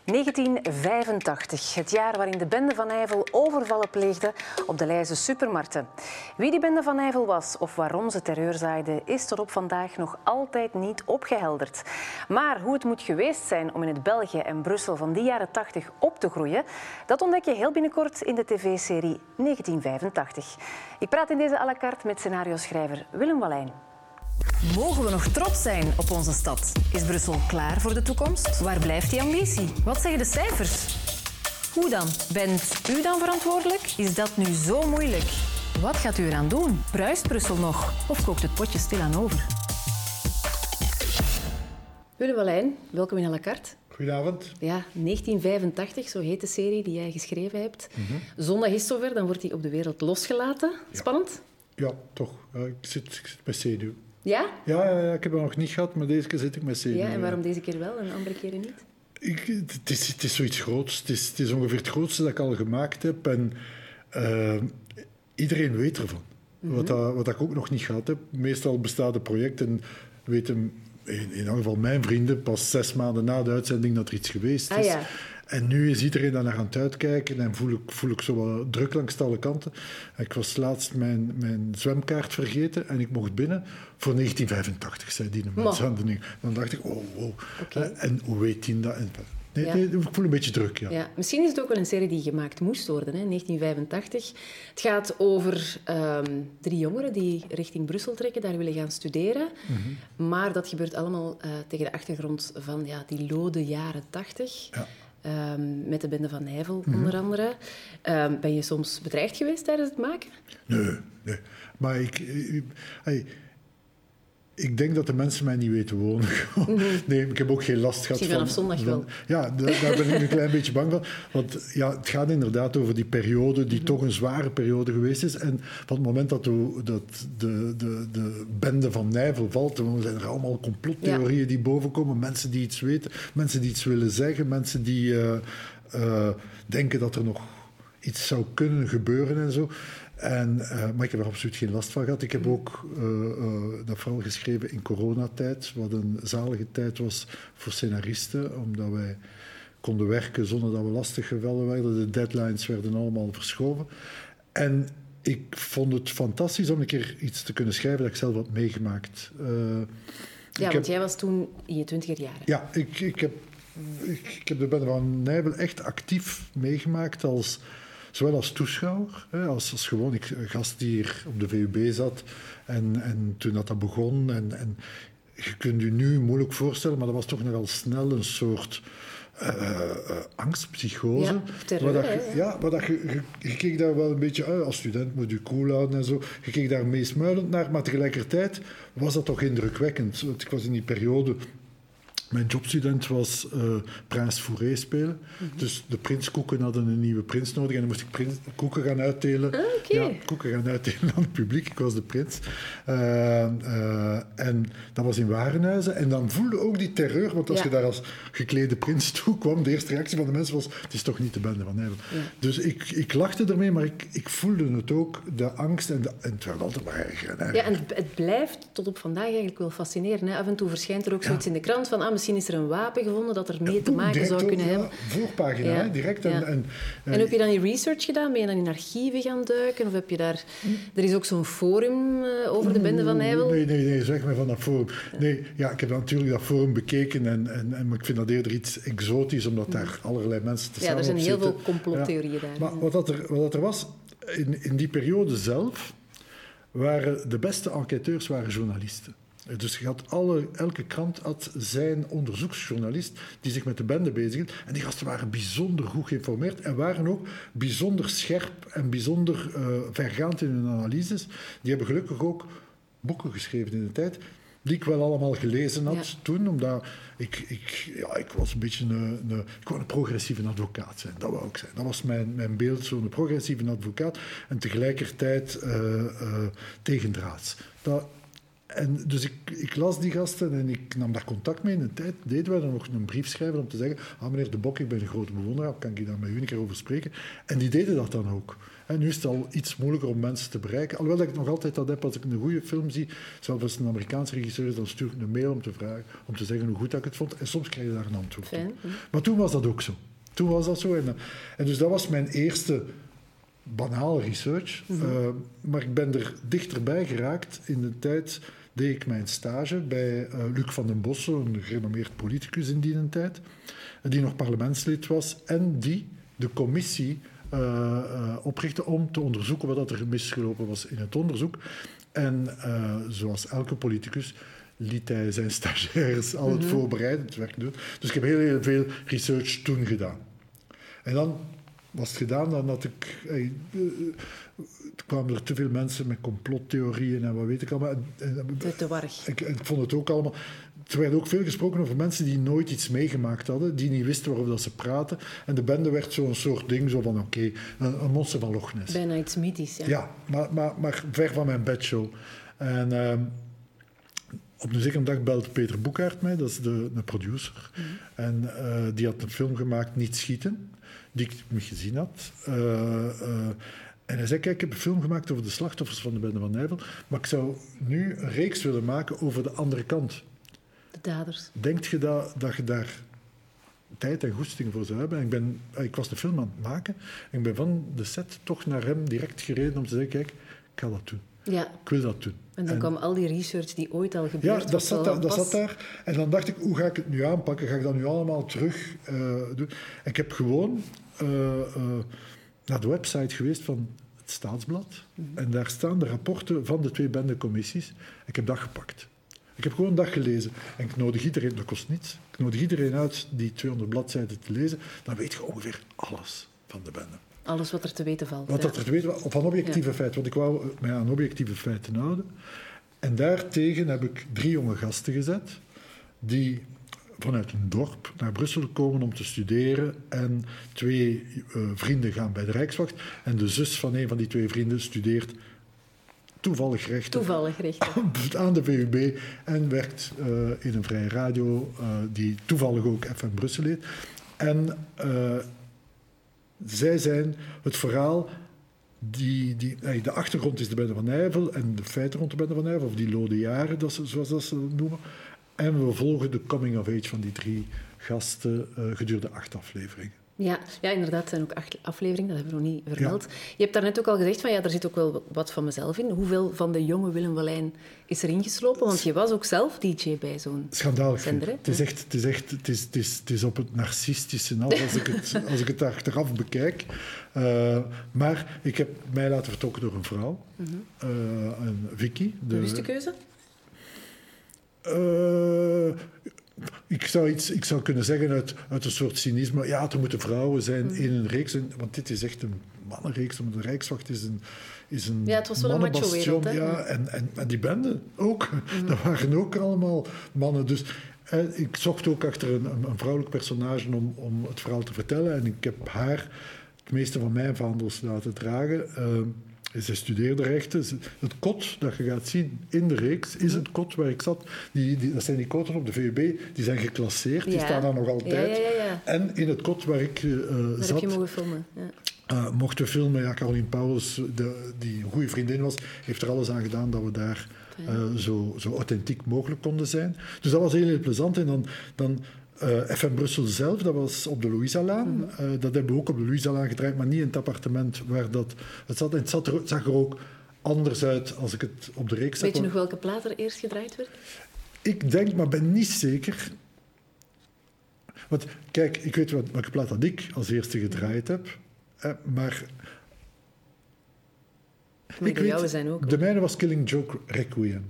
1985, het jaar waarin de bende Van Nijvel overvallen pleegde op de Leize supermarkten. Wie die bende Van Nijvel was of waarom ze terreur zaaide, is tot op vandaag nog altijd niet opgehelderd. Maar hoe het moet geweest zijn om in het België en Brussel van die jaren 80 op te groeien, dat ontdek je heel binnenkort in de tv-serie 1985. Ik praat in deze à la carte met scenario-schrijver Willem Wallijn. Mogen we nog trots zijn op onze stad? Is Brussel klaar voor de toekomst? Waar blijft die ambitie? Wat zeggen de cijfers? Hoe dan? Bent u dan verantwoordelijk? Is dat nu zo moeilijk? Wat gaat u eraan doen? Bruist Brussel nog? Of kookt het potje stilaan over? Willem Wallijn, welkom in à la carte. Goedenavond. Ja, 1985, zo heet de serie die jij geschreven hebt. Zondag is zover, dan wordt hij op de wereld losgelaten. Spannend? Ja, toch. Ik zit met zenuw. Ja? Ja, ik heb het nog niet gehad, maar deze keer zit ik met zenuw. Ja, en waarom deze keer wel en andere keren niet? Het is zoiets groots. Het is ongeveer het grootste dat ik al gemaakt heb. En iedereen weet ervan. Wat ik ook nog niet gehad heb. Meestal bestaat het project en weten in ieder geval mijn vrienden pas 6 maanden na de uitzending dat er iets geweest is. Ja. En nu is iedereen daar naar aan het uitkijken en voel ik zo wat druk langs alle kanten. Ik was laatst mijn zwemkaart vergeten en ik mocht binnen voor 1985, zei die mensen. Dan dacht ik, oh, wow. Okay. En hoe weet die dat? Nee, ik voel een beetje druk, ja. Ja. Misschien is het ook wel een serie die gemaakt moest worden, hè? 1985. Het gaat over 3 jongeren die richting Brussel trekken, daar willen gaan studeren. Maar dat gebeurt allemaal tegen de achtergrond van die lode jaren 80. Ja. Met de bende Van Nijvel, onder andere. Ben je soms bedreigd geweest tijdens het maken? Nee. Maar ik denk dat de mensen mij niet weten wonen. Nee, ik heb ook geen last gehad vanaf zondag wel. Ja, daar ben ik een klein beetje bang van. Want het gaat inderdaad over die periode die toch een zware periode geweest is. En van het moment dat de bende Van Nijvel valt, dan zijn er allemaal complottheorieën die bovenkomen. Mensen die iets weten, mensen die iets willen zeggen, mensen die denken dat er nog iets zou kunnen gebeuren en zo. Maar ik heb er absoluut geen last van gehad. Ik heb ook dat vooral geschreven in coronatijd, wat een zalige tijd was voor scenaristen, omdat wij konden werken zonder dat we lastiggevallen werden. De deadlines werden allemaal verschoven. En ik vond het fantastisch om een keer iets te kunnen schrijven dat ik zelf had meegemaakt. Want jij was toen in je 20er jaren. Ja, ik heb de bende Van Nijvel echt actief meegemaakt zowel als toeschouwer, als gewoon gast die hier op de VUB zat. En toen dat begon. En je kunt je nu moeilijk voorstellen, maar dat was toch nogal snel een soort angstpsychose. Ja, terreur, je keek daar wel een beetje uit. Als student moet je cool houden en zo. Je keek daar meesmuilend naar, maar tegelijkertijd was dat toch indrukwekkend. Want ik was in die periode... Mijn jobstudent was Prins Fourré spelen. Dus de prinskoeken hadden een nieuwe prins nodig. En dan moest ik koeken gaan uitdelen. Ja, koeken gaan uitdelen aan het publiek. Ik was de prins. En dat was in Warenhuizen. En dan voelde ook die terreur. Want als je daar als geklede prins toe kwam, de eerste reactie van de mensen was... Het is toch niet de bende Van Nijvel. Ja. Dus ik lachte ermee, maar ik voelde het ook. De angst en het werd altijd maar erger en erger. Ja, en het blijft tot op vandaag eigenlijk wel fascinerend. Hè? Af en toe verschijnt er ook zoiets in de krant van... misschien is er een wapen gevonden dat er mee te maken zou kunnen hebben. Voorpagina, direct. Ja. En heb je dan je research gedaan? Ben je dan in archieven gaan duiken? Of heb je daar... Er is ook zo'n forum over de bende Van Nijvel. Nee, zeg maar van dat forum. Nee, ik heb natuurlijk dat forum bekeken, maar ik vind dat eerder iets exotisch, omdat daar allerlei mensen te samen op zitten. Ja, er zijn heel veel complottheorieën daar. Maar wat er was, in die periode zelf, waren de beste enquêteurs journalisten. Dus elke krant had zijn onderzoeksjournalist die zich met de bende bezighield. En die gasten waren bijzonder goed geïnformeerd en waren ook bijzonder scherp en bijzonder vergaand in hun analyses. Die hebben gelukkig ook boeken geschreven in de tijd, die ik wel allemaal gelezen had toen, omdat ik was een beetje ik wou een progressieve advocaat zijn, dat wou ik zijn. Dat was mijn beeld, zo'n progressieve advocaat en tegelijkertijd tegendraads. En dus ik las die gasten en ik nam daar contact mee. In de tijd deden wij dan nog een brief schrijven om te zeggen: meneer De Bok, ik ben een grote bewonderaar, kan ik daar met u een keer over spreken? En die deden dat dan ook. En nu is het al iets moeilijker om mensen te bereiken. Alhoewel dat ik nog altijd dat heb, als ik een goede film zie, zelfs als het een Amerikaanse regisseur is, dan stuur ik een mail om te vragen, om te zeggen hoe goed dat ik het vond. En soms krijg je daar een antwoord op. Maar toen was dat ook zo. Toen was dat zo. En dus dat was mijn eerste banale research. Maar ik ben er dichterbij geraakt. In de tijd deed ik mijn stage bij Luc van den Bossen, een gerenommeerd politicus in die tijd, die nog parlementslid was en die de commissie oprichten om te onderzoeken wat er misgelopen was in het onderzoek. En zoals elke politicus liet hij zijn stagiaires al het voorbereidend werk doen. Dus ik heb heel veel research toen gedaan. En dan was het gedaan, dan had ik... kwamen er te veel mensen met complottheorieën en wat weet ik allemaal. Te warrig. Ik vond het ook allemaal... Er werd ook veel gesproken over mensen die nooit iets meegemaakt hadden, die niet wisten waarover dat ze praten. En de bende werd zo'n soort ding, zo van oké, een monster van Loch Ness. Bijna iets mythisch, ja. Ja, maar ver van mijn bedshow. En op een zekere dag belde Peter Boekhaert mij, dat is de producer. En die had een film gemaakt, Niet Schieten, die ik niet gezien had. En hij zei, kijk, ik heb een film gemaakt over de slachtoffers van de bende van Nijvel, maar ik zou nu een reeks willen maken over de andere kant. De daders. Denk je dat je daar tijd en goesting voor zou hebben? En ik was de film aan het maken en ik ben van de set toch naar hem direct gereden om te zeggen, kijk, ik ga dat doen. Ja. Ik wil dat doen. En dan kwam al die research die ooit al gebeurd was. Ja, dat zat daar. En dan dacht ik, hoe ga ik het nu aanpakken? Ga ik dat nu allemaal terug doen? En ik heb gewoon naar de website geweest van het Staatsblad. En daar staan de rapporten van de 2 bendecommissies. Ik heb dat gepakt. Ik heb gewoon dat gelezen. En ik nodig iedereen, dat kost niets, ik nodig iedereen uit die 200 bladzijden te lezen. Dan weet je ongeveer alles van de bende. Alles wat er te weten valt. Wat er te weten valt, van objectieve feiten. Want ik wou mij aan objectieve feiten houden. En daartegen heb ik 3 jonge gasten gezet, die vanuit een dorp naar Brussel komen om te studeren. En 2 vrienden gaan bij de Rijkswacht. En de zus van een van die 2 vrienden studeert toevallig rechten aan de VUB en werkt in een vrije radio die toevallig ook FM Brussel heet. En zij zijn het verhaal, de achtergrond is de bende van Nijvel en de feiten rond de bende van Nijvel, of die lode jaren, zoals dat ze noemen. En we volgen de coming of age van die 3 gasten gedurende 8 afleveringen. Ja, inderdaad, het zijn ook 8 afleveringen, dat hebben we nog niet vermeld. Ja. Je hebt daarnet ook al gezegd van er zit ook wel wat van mezelf in. Hoeveel van de jonge Willem Wallijn is er ingeslopen? Want je was ook zelf DJ bij zo'n schandalig zender. Het is op het narcistische af als ik het achteraf bekijk. Maar ik heb mij laten vertrokken door een vrouw, een Vicky. Bewuste keuze? Ik zou kunnen zeggen uit een soort cynisme, ja, er moeten vrouwen zijn in een reeks, want dit is echt een mannenreeks, want de Rijkswacht is een ja, het was wel een macho-wereld, hè? Ja, en die bende ook. Dat waren ook allemaal mannen. Dus ik zocht ook achter een vrouwelijk personage om het verhaal te vertellen en ik heb haar het meeste van mijn vaandels laten dragen. Zij studeerde rechten. Het kot dat je gaat zien in de reeks is het kot waar ik zat. Dat zijn die koten op de VUB, die zijn geclasseerd, die staan daar nog altijd. Ja. En in het kot waar ik zat... heb je mogen filmen. Ja. Mochten filmen. Ja, Caroline Pauwels, die een goede vriendin was, heeft er alles aan gedaan dat we daar zo authentiek mogelijk konden zijn. Dus dat was heel plezant. En dan FM Brussel zelf, dat was op de Louisalaan. Dat hebben we ook op de Louisalaan gedraaid, maar niet in het appartement waar het zat. En het zag er ook anders uit als ik het op de reeks zag. Weet je nog welke plaat er eerst gedraaid werd? Ik denk, maar ben niet zeker. Want kijk, ik weet welke plaat dat ik als eerste gedraaid heb. Maar ik weet, jouwe zijn ook. De mijne was Killing Joke Requiem.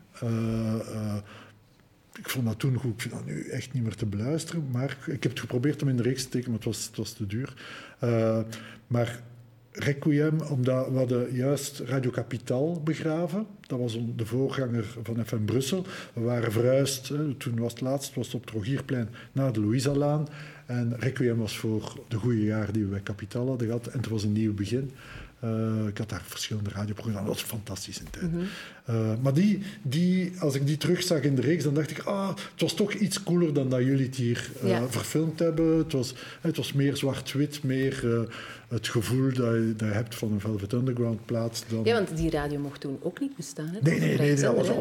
Ik vond dat toen goed. Ik vind dat nu echt niet meer te beluisteren. Maar ik heb het geprobeerd om in de reeks te steken, maar het was te duur. Maar Requiem, omdat we hadden juist Radio Capitaal begraven. Dat was de voorganger van FM Brussel. We waren verhuisd, toen was het laatst, was het op het Rogierplein, naar de Louisalaan. En Requiem was voor de goede jaren die we bij Capitaal hadden gehad. En het was een nieuw begin. Ik had daar verschillende radioprogramma's. Dat was een fantastische tijd. Maar als ik die terugzag in de reeks, dan dacht ik... het was toch iets cooler dan dat jullie het hier verfilmd hebben. Het was meer zwart-wit, meer het gevoel dat je hebt van een Velvet Underground plaats. Dan... Ja, want die radio mocht toen ook niet bestaan. Hè? Nee,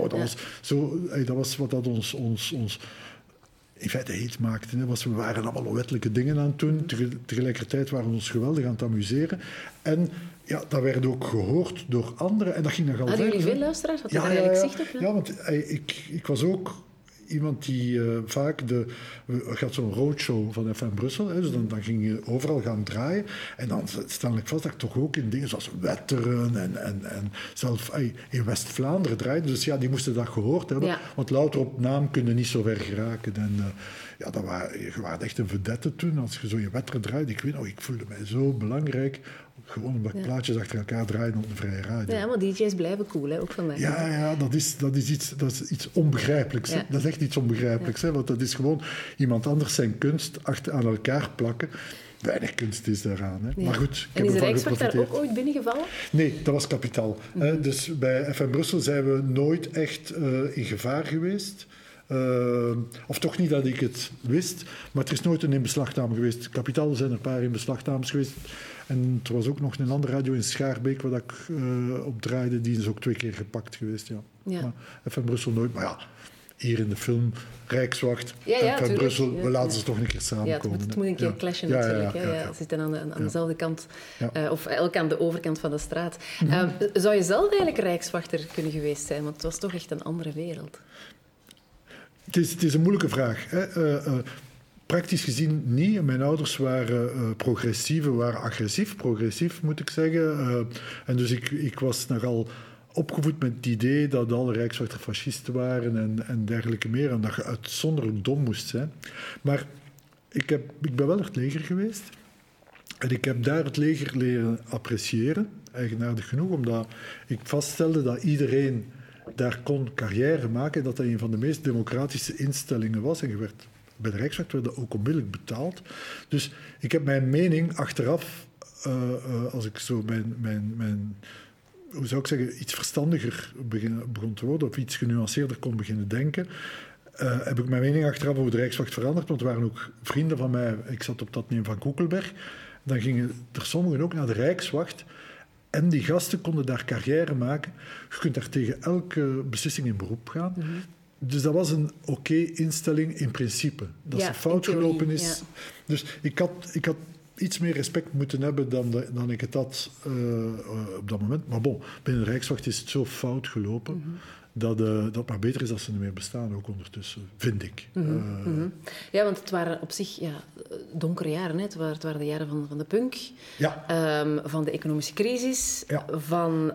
dat was wat dat ons in feite heet maakte. Hè. We waren allemaal wettelijke dingen aan het doen. Tegelijkertijd waren we ons geweldig aan het amuseren. En dat werd ook gehoord door anderen. En dat ging nogal ver. Hadden jullie veel luisteraars? Had je daar eigenlijk zicht op? Ja, want ik was ook iemand die vaak... Je had zo'n roadshow van FM Brussel. Hè, dus dan ging je overal gaan draaien. En dan stel ik vast dat ik toch ook in dingen zoals Wetteren en zelf in West-Vlaanderen draaide. Dus die moesten dat gehoord hebben. Ja. Want louter op naam kunnen niet zo ver geraken. En je was echt een vedette toen. Als je zo in Wetteren draaide, ik weet nog, ik voelde mij zo belangrijk... Gewoon omdat plaatjes achter elkaar draaien op de vrije radio. Ja, maar DJ's blijven cool, hè? Ook vandaag. Ja, dat is iets onbegrijpelijks. Ja. Dat is echt iets onbegrijpelijks. Hè? Want dat is gewoon iemand anders zijn kunst aan elkaar plakken. Weinig kunst is daaraan. Hè? Ja. Maar goed, en is de Rijkswacht daar ook ooit binnengevallen? Nee, dat was kapitaal. Dus bij FM Brussel zijn we nooit echt in gevaar geweest. Of toch niet dat ik het wist. Maar er is nooit een inbeslagname geweest. Kapitaal zijn er een paar inbeslagnames geweest. En er was ook nog een andere radio in Schaarbeek waar ik op draaide. Die is ook 2 keer gepakt geweest. Ja. Maar FM Brussel nooit. Maar hier in de film Rijkswacht, FM Brussel, we laten ze toch een keer samenkomen. Het moet een keer clashen natuurlijk. Ze zitten aan dezelfde kant. Of elk aan de overkant van de straat. Zou je zelf eigenlijk Rijkswachter kunnen geweest zijn? Want het was toch echt een andere wereld. Het is een moeilijke vraag. Hè. Praktisch gezien niet. Mijn ouders waren progressief, waren agressief. Progressief, moet ik zeggen. En dus ik was nogal opgevoed met het idee dat alle Rijkswachters fascisten waren en dergelijke meer. En dat je uitzonderlijk dom moest zijn. Maar ik ben wel naar het leger geweest. En ik heb daar het leger leren appreciëren. Eigenaardig genoeg, omdat ik vaststelde dat iedereen daar kon carrière maken. Dat dat een van de meest democratische instellingen was. En bij de Rijkswacht werd dat ook onmiddellijk betaald. Dus ik heb mijn mening achteraf, als ik zo mijn hoe zou ik zeggen, iets verstandiger begon te worden, of iets genuanceerder kon beginnen denken, heb ik mijn mening achteraf over de Rijkswacht veranderd. Want er waren ook vrienden van mij, ik zat op dat neem van Koekelberg, dan gingen er sommigen ook naar de Rijkswacht. En die gasten konden daar carrière maken. Je kunt daar tegen elke beslissing in beroep gaan. Dus dat was een oké instelling in principe. Dat ze fout gelopen is. Ja. Dus ik had iets meer respect moeten hebben dan ik het had op dat moment. Maar bon, binnen de Rijkswacht is het zo fout gelopen dat het maar beter is als ze niet meer bestaan, ook ondertussen, vind ik. Ja, want het waren op zich donkere jaren. Hè. Het waren de jaren van de punk, van de economische crisis, van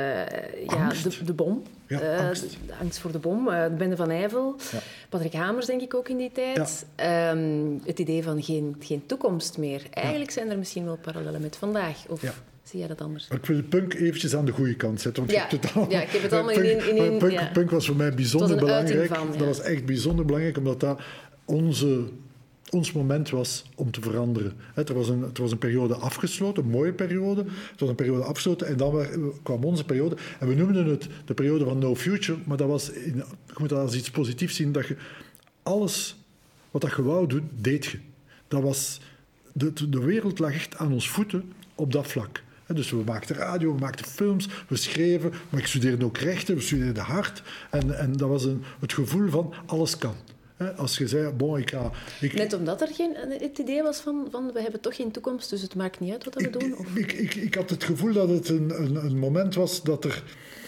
de bom. De angst voor de bom, de Bende van Nijvel, Patrick Hamers denk ik ook in die tijd. Het idee van geen toekomst meer. Eigenlijk zijn er misschien wel parallellen met vandaag. Of zie jij dat anders? Ik wil de punk eventjes aan de goede kant zetten. Want ik heb het allemaal in punk was voor mij bijzonder belangrijk. Dat was echt bijzonder belangrijk, omdat dat ons moment was om te veranderen. Het was een periode afgesloten, een mooie periode. Het was een periode afgesloten en dan kwam onze periode. En we noemden het de periode van No Future, maar dat was, je moet dat als iets positiefs zien, dat je alles wat dat je wou doen, deed je. Dat was, de wereld lag echt aan ons voeten op dat vlak. Dus we maakten radio, we maakten films, we schreven, maar ik studeerde ook rechten, we studeerden hard. En dat was het gevoel van alles kan. Als je zei, Net omdat er het idee was van we hebben toch geen toekomst, dus het maakt niet uit wat we doen? Of? Ik had het gevoel dat het een moment was dat er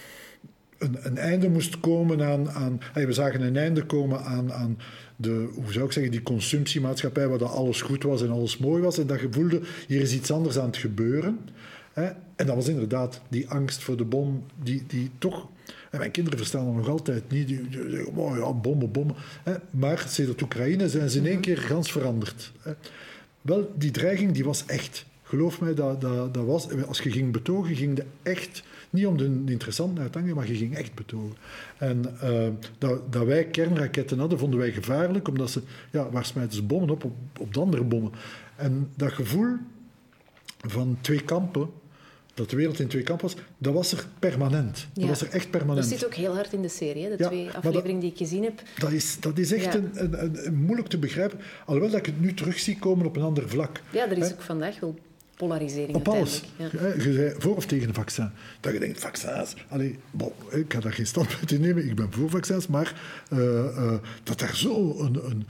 een einde moest komen aan... We zagen een einde komen aan de, hoe zou ik zeggen, die consumptiemaatschappij waar dat alles goed was en alles mooi was. En dat je voelde, hier is iets anders aan het gebeuren. En dat was inderdaad die angst voor de bom, die toch... En mijn kinderen verstaan dat nog altijd niet. Die zeggen, bommen. Maar sinds Oekraïne zijn ze in één keer gans veranderd. Wel, die dreiging die was echt. Geloof mij, dat was... Als je ging betogen, ging je echt... Niet om de interessante uithangen, maar je ging echt betogen. En dat wij kernraketten hadden, vonden wij gevaarlijk, omdat ze... waar smijten ze bommen op de andere bommen? En dat gevoel van twee kampen... dat de wereld in twee kampen was, dat was er permanent. Dat was er echt permanent. Dat zit ook heel hard in de serie, hè? De 2 afleveringen die ik gezien heb. Dat is echt een moeilijk te begrijpen. Alhoewel dat ik het nu terug zie komen op een ander vlak. Ja, er is ook vandaag wel polarisering op alles. Ja. Je zei voor of tegen een vaccin. Dat je denkt, vaccins... ik ga daar geen standpunt in nemen, ik ben voor vaccins, maar dat daar zo een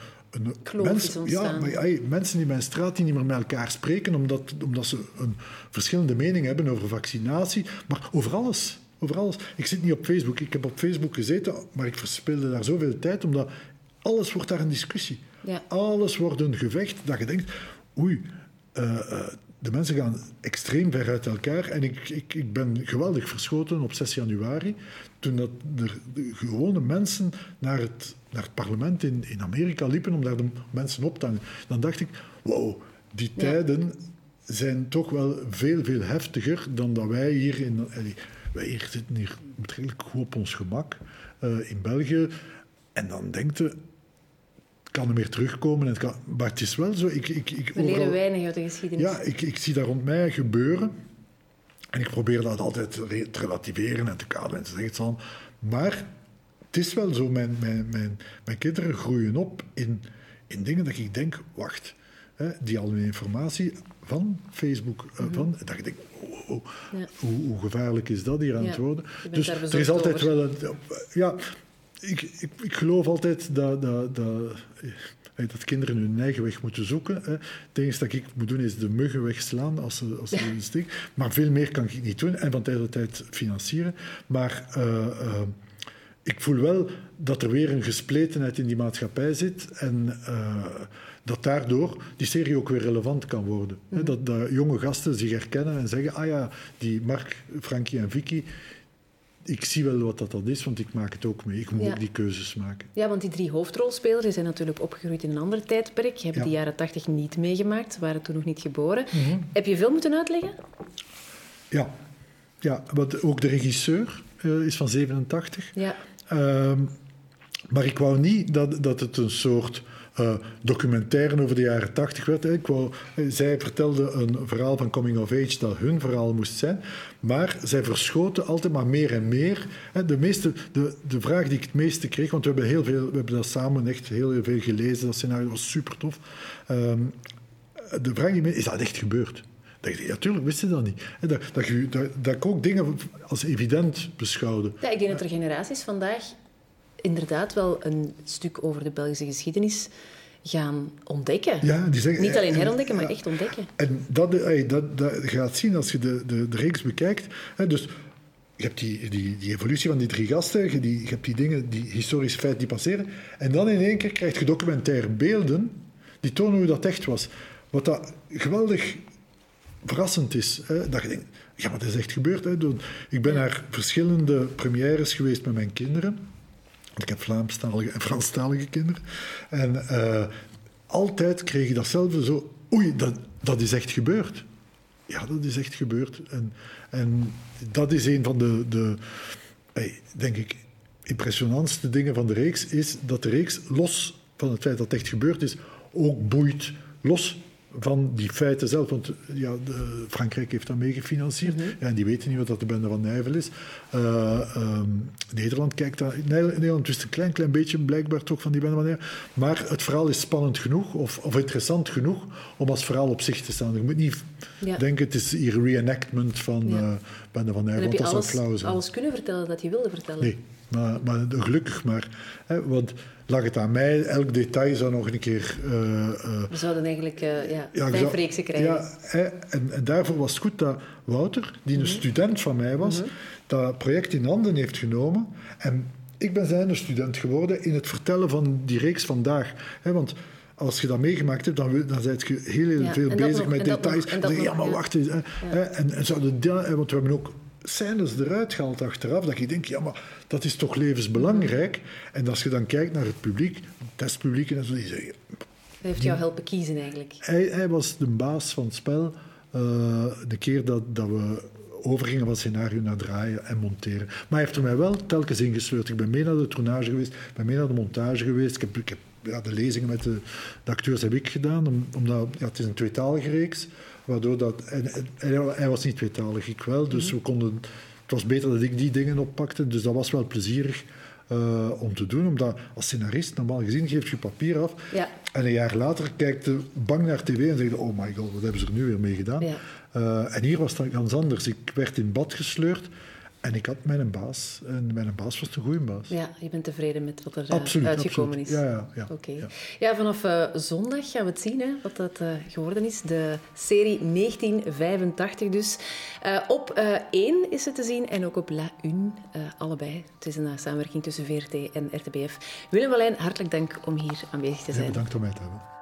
mensen die bij een straat die niet meer met elkaar spreken omdat ze een verschillende mening hebben over vaccinatie, maar over alles. Over alles. Ik zit niet op Facebook. Ik heb op Facebook gezeten, maar ik verspilde daar zoveel tijd, omdat alles wordt daar een discussie. Ja. Alles wordt een gevecht dat je denkt, de mensen gaan extreem ver uit elkaar. En ik ben geweldig verschoten op 6 januari, toen dat de gewone mensen naar het parlement in Amerika liepen om daar de mensen op te hangen. Dan dacht ik, wow, die tijden zijn toch wel veel, veel heftiger dan dat wij hier wij hier zitten hier betrekkelijk goed op ons gemak in België. En dan denkt je, kan er meer terugkomen. Maar het is wel zo. We leren weinig uit de geschiedenis. Ja, ik zie dat rond mij gebeuren. En ik probeer dat altijd te relativeren en te kaderen en te zeggen het zal. Maar het is wel zo. Mijn kinderen groeien op in dingen dat ik denk, wacht, die al hun informatie van Facebook, dat ik denk, hoe gevaarlijk is dat hier aan het worden? Dus er is altijd wel een... Ik geloof altijd dat kinderen hun eigen weg moeten zoeken. Het enige dat ik moet doen is de muggen wegslaan als ze steken. Maar veel meer kan ik niet doen en van tijd tot tijd financieren. Maar ik voel wel dat er weer een gespletenheid in die maatschappij zit en dat daardoor die serie ook weer relevant kan worden. Dat jonge gasten zich herkennen en zeggen, die Mark, Frankie en Vicky, ik zie wel wat dat is, want ik maak het ook mee. Ik moet ook die keuzes maken. Ja, want die 3 hoofdrolspelers die zijn natuurlijk opgegroeid in een ander tijdperk. Hebben de jaren 80 niet meegemaakt, waren toen nog niet geboren. Mm-hmm. Heb je veel moeten uitleggen? Ja, want ook de regisseur is van 87. Ja. Maar ik wou niet dat het een soort documentaire over de jaren 80 werd. Zij vertelde een verhaal van coming of age dat hun verhaal moest zijn, maar zij verschoten altijd maar meer en meer. De vraag die ik het meeste kreeg, want we hebben dat samen echt heel veel gelezen, dat scenario was super tof. De vraag die is dat echt gebeurd? Natuurlijk wisten ze dat niet. Dat ik ook dingen als evident beschouwde. Ja, ik denk dat er generaties vandaag inderdaad wel een stuk over de Belgische geschiedenis gaan ontdekken. Ja, die zeggen, niet alleen herontdekken, maar echt ontdekken. En dat gaat zien als je de reeks bekijkt. Dus je hebt die evolutie van die 3 gasten, je hebt die dingen, die historische feiten die passeren, en dan in één keer krijg je documentaire beelden die tonen hoe dat echt was. Wat dat geweldig verrassend is. Dat je denkt, maar dat is echt gebeurd. Ik ben naar verschillende premières geweest met mijn kinderen. Want ik heb Vlaamstalige en Franstalige kinderen. En altijd kreeg je datzelfde zo... Oei, dat is echt gebeurd. Ja, dat is echt gebeurd. En dat is een van de denk ik, impressionantste dingen van de reeks, is dat de reeks, los van het feit dat het echt gebeurd is, ook boeit. Los van die feiten zelf. Want Frankrijk heeft dat mee gefinancierd. Mm-hmm. En die weten niet wat de Bende van Nijvel is. Nederland kijkt daar... Nederland wist een klein beetje blijkbaar toch van die Bende van Nijvel. Maar het verhaal is spannend genoeg of interessant genoeg om als verhaal op zich te staan. Je moet niet denken, het is hier een reenactment van Bende van Nijvel. En heb je alles kunnen vertellen dat je wilde vertellen? Nee, maar gelukkig maar. Want... lag het aan mij, elk detail zou nog een keer... We zouden eigenlijk 5 reeksen krijgen. Ja, en daarvoor was het goed dat Wouter, die een student van mij was, dat project in handen heeft genomen. En ik ben zijn student geworden in het vertellen van die reeks vandaag. Want als je dat meegemaakt hebt, dan ben je heel veel bezig met details. En dan zeg je, maar wacht eens. En zouden want we hebben ook scènes eruit gehaald achteraf, dat je denkt, maar dat is toch levensbelangrijk. En als je dan kijkt naar het publiek, testpubliek en zo, die zeggen... Hij heeft jou helpen kiezen, eigenlijk. Hij was de baas van het spel. De keer dat we overgingen van scenario naar draaien en monteren. Maar hij heeft er mij wel telkens ingesleurd. Ik ben mee naar de tournage geweest, ik ben mee naar de montage geweest. Ik heb de lezingen met de acteurs heb ik gedaan, omdat het is een tweetalige reeks, waardoor dat... Hij was niet tweetalig, ik wel, dus we konden... Het was beter dat ik die dingen oppakte, dus dat was wel plezierig om te doen, omdat als scenarist, normaal gezien, geef je papier af en een jaar later kijkt je bang naar tv en zegt oh my god, wat hebben ze er nu weer mee gedaan? Ja. En hier was dat ganz anders. Ik werd in bad gesleurd en ik had mijn baas. En mijn baas was een goede baas. Ja, je bent tevreden met wat er Absoluut. uitgekomen is. Ja. Okay. Ja, vanaf zondag gaan we het zien, hè, wat dat geworden is. De serie 1985 dus. Op 1 is het te zien en ook op La Une, allebei. Het is een samenwerking tussen VRT en RTBF. Willem Wallijn, hartelijk dank om hier aanwezig te zijn. Ja, bedankt om mij te hebben.